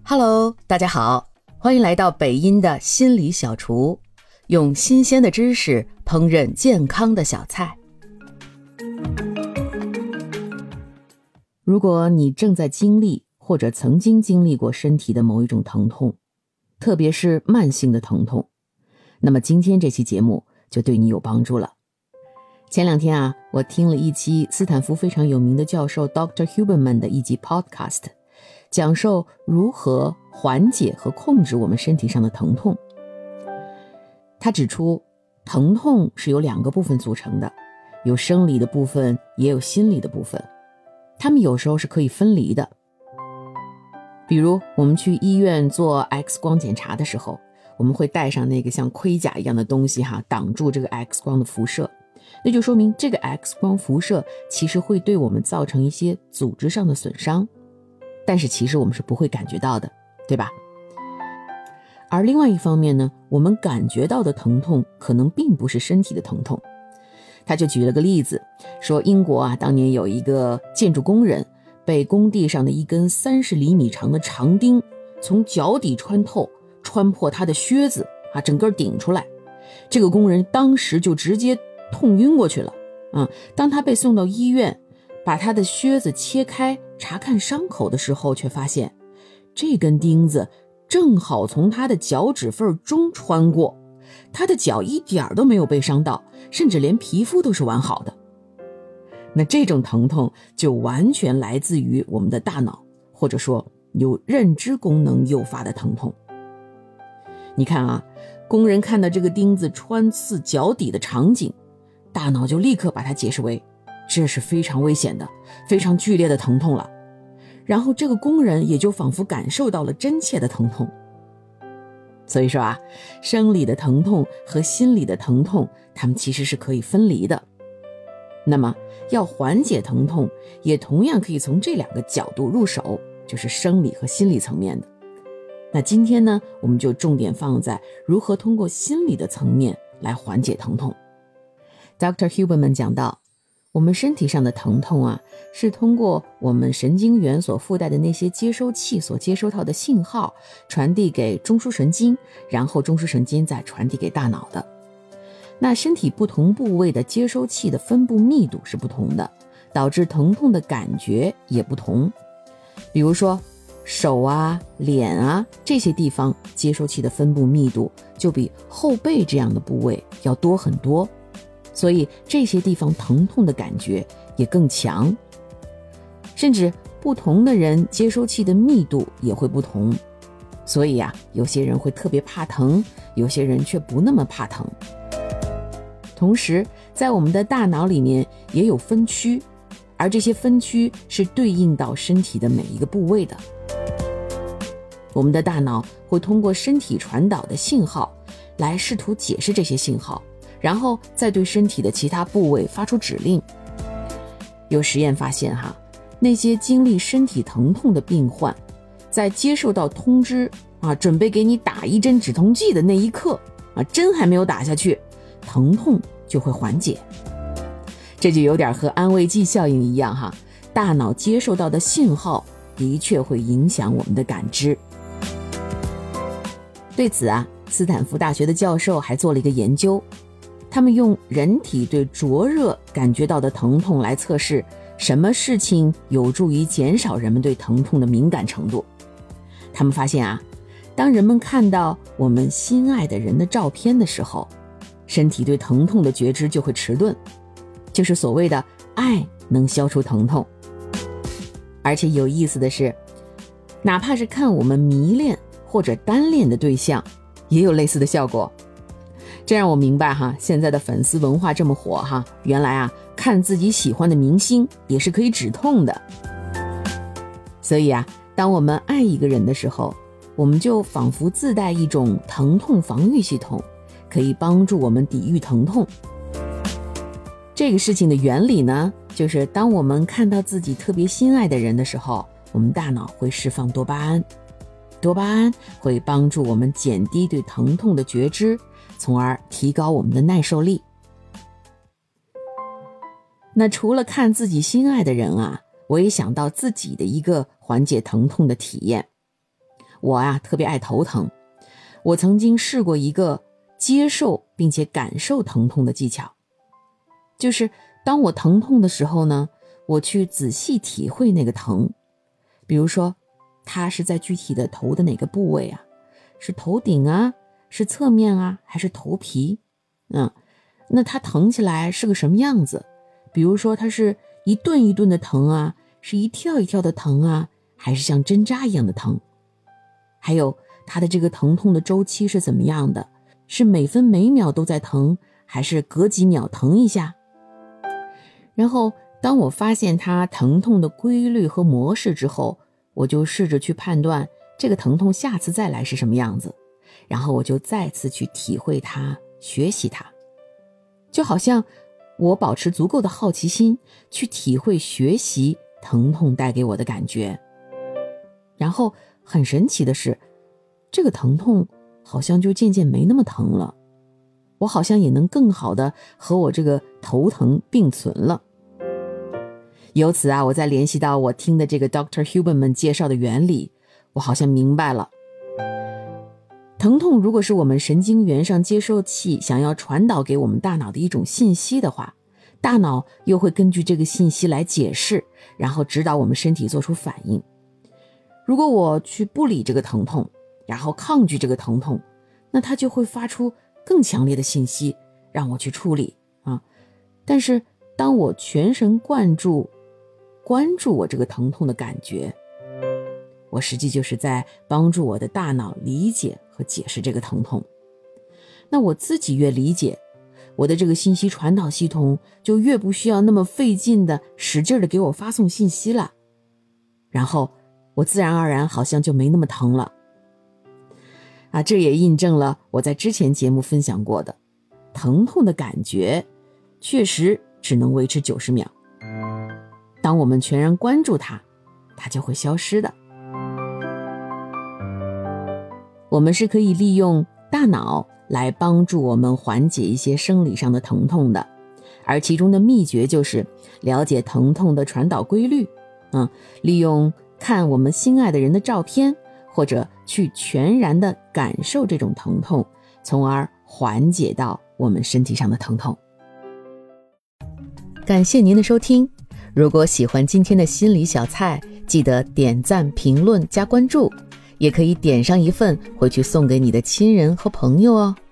Hello， 大家好，欢迎来到北音的心理小厨，用新鲜的知识烹饪健康的小菜。如果你正在经历或者曾经经历过身体的某一种疼痛，特别是慢性的疼痛，那么今天这期节目就对你有帮助了。前两天我听了一期斯坦福非常有名的教授 Dr. Huberman 的一集 podcast， 讲授如何缓解和控制我们身体上的疼痛。他指出，疼痛是由两个部分组成的，有生理的部分，也有心理的部分，它们有时候是可以分离的。比如我们去医院做 X 光检查的时候，我们会带上那个像盔甲一样的东西挡住这个 X 光的辐射，那就说明这个 X 光辐射其实会对我们造成一些组织上的损伤，但是其实我们是不会感觉到的，对吧？而另外一方面呢，我们感觉到的疼痛可能并不是身体的疼痛。他就举了个例子，说英国当年有一个建筑工人被工地上的一根30厘米长的长钉从脚底穿透，穿破他的靴子整个顶出来。这个工人当时就直接痛晕过去了当他被送到医院，把他的靴子切开查看伤口的时候，却发现这根钉子正好从他的脚趾缝中穿过，他的脚一点都没有被伤到，甚至连皮肤都是完好的。那这种疼痛就完全来自于我们的大脑，或者说由认知功能诱发的疼痛。你看工人看到这个钉子穿刺脚底的场景，大脑就立刻把它解释为这是非常危险的，非常剧烈的疼痛了。然后这个工人也就仿佛感受到了真切的疼痛。所以说生理的疼痛和心理的疼痛，它们其实是可以分离的。那么要缓解疼痛，也同样可以从这两个角度入手，就是生理和心理层面的。那今天呢，我们就重点放在如何通过心理的层面来缓解疼痛。Dr. Huberman 讲到，我们身体上的疼痛是通过我们神经元所附带的那些接收器所接收到的信号传递给中枢神经，然后中枢神经再传递给大脑的。那身体不同部位的接收器的分布密度是不同的，导致疼痛的感觉也不同。比如说手脸这些地方接收器的分布密度就比后背这样的部位要多很多，所以这些地方疼痛的感觉也更强。甚至不同的人接收器的密度也会不同，所以有些人会特别怕疼，有些人却不那么怕疼。同时在我们的大脑里面也有分区，而这些分区是对应到身体的每一个部位的。我们的大脑会通过身体传导的信号来试图解释这些信号，然后再对身体的其他部位发出指令。有实验发现那些经历身体疼痛的病患，在接受到通知准备给你打一针止痛剂的那一刻针还没有打下去，疼痛就会缓解。这就有点和安慰剂效应一样大脑接受到的信号的确会影响我们的感知。对此斯坦福大学的教授还做了一个研究，他们用人体对灼热感觉到的疼痛来测试什么事情有助于减少人们对疼痛的敏感程度。他们发现当人们看到我们心爱的人的照片的时候，身体对疼痛的觉知就会迟钝，就是所谓的爱能消除疼痛。而且有意思的是，哪怕是看我们迷恋或者单恋的对象，也有类似的效果。这让我明白现在的粉丝文化这么火原来看自己喜欢的明星也是可以止痛的。所以当我们爱一个人的时候，我们就仿佛自带一种疼痛防御系统，可以帮助我们抵御疼痛。这个事情的原理呢，就是当我们看到自己特别心爱的人的时候，我们大脑会释放多巴胺，多巴胺会帮助我们减低对疼痛的觉知，从而提高我们的耐受力。那除了看自己心爱的人我也想到自己的一个缓解疼痛的体验。 我特别爱头疼，我曾经试过一个接受并且感受疼痛的技巧，就是当我疼痛的时候呢，我去仔细体会那个疼。比如说它是在具体的头的哪个部位啊，是头顶啊，是侧面啊，还是头皮？那它疼起来是个什么样子？比如说它是一顿一顿的疼啊，是一跳一跳的疼啊，还是像针扎一样的疼？还有它的这个疼痛的周期是怎么样的？是每分每秒都在疼，还是隔几秒疼一下？然后当我发现它疼痛的规律和模式之后，我就试着去判断这个疼痛下次再来是什么样子，然后我就再次去体会它，学习它。就好像我保持足够的好奇心去体会学习疼痛带给我的感觉。然后很神奇的是，这个疼痛好像就渐渐没那么疼了，我好像也能更好的和我这个头疼并存了。由此我再联系到我听的这个 Dr. Huberman 介绍的原理，我好像明白了。疼痛如果是我们神经元上接收器想要传导给我们大脑的一种信息的话，大脑又会根据这个信息来解释，然后指导我们身体做出反应。如果我去不理这个疼痛，然后抗拒这个疼痛，那它就会发出更强烈的信息让我去处理但是当我全神关注我这个疼痛的感觉，我实际就是在帮助我的大脑理解和解释这个疼痛。那我自己越理解，我的这个信息传导系统就越不需要那么费劲的使劲的给我发送信息了，然后我自然而然好像就没那么疼了这也印证了我在之前节目分享过的，疼痛的感觉确实只能维持90秒，当我们全然关注它，它就会消失的。我们是可以利用大脑来帮助我们缓解一些生理上的疼痛的，而其中的秘诀就是了解疼痛的传导规律利用看我们心爱的人的照片，或者去全然的感受这种疼痛，从而缓解到我们身体上的疼痛。感谢您的收听，如果喜欢今天的心理小菜，记得点赞、评论、加关注，也可以点上一份回去送给你的亲人和朋友哦。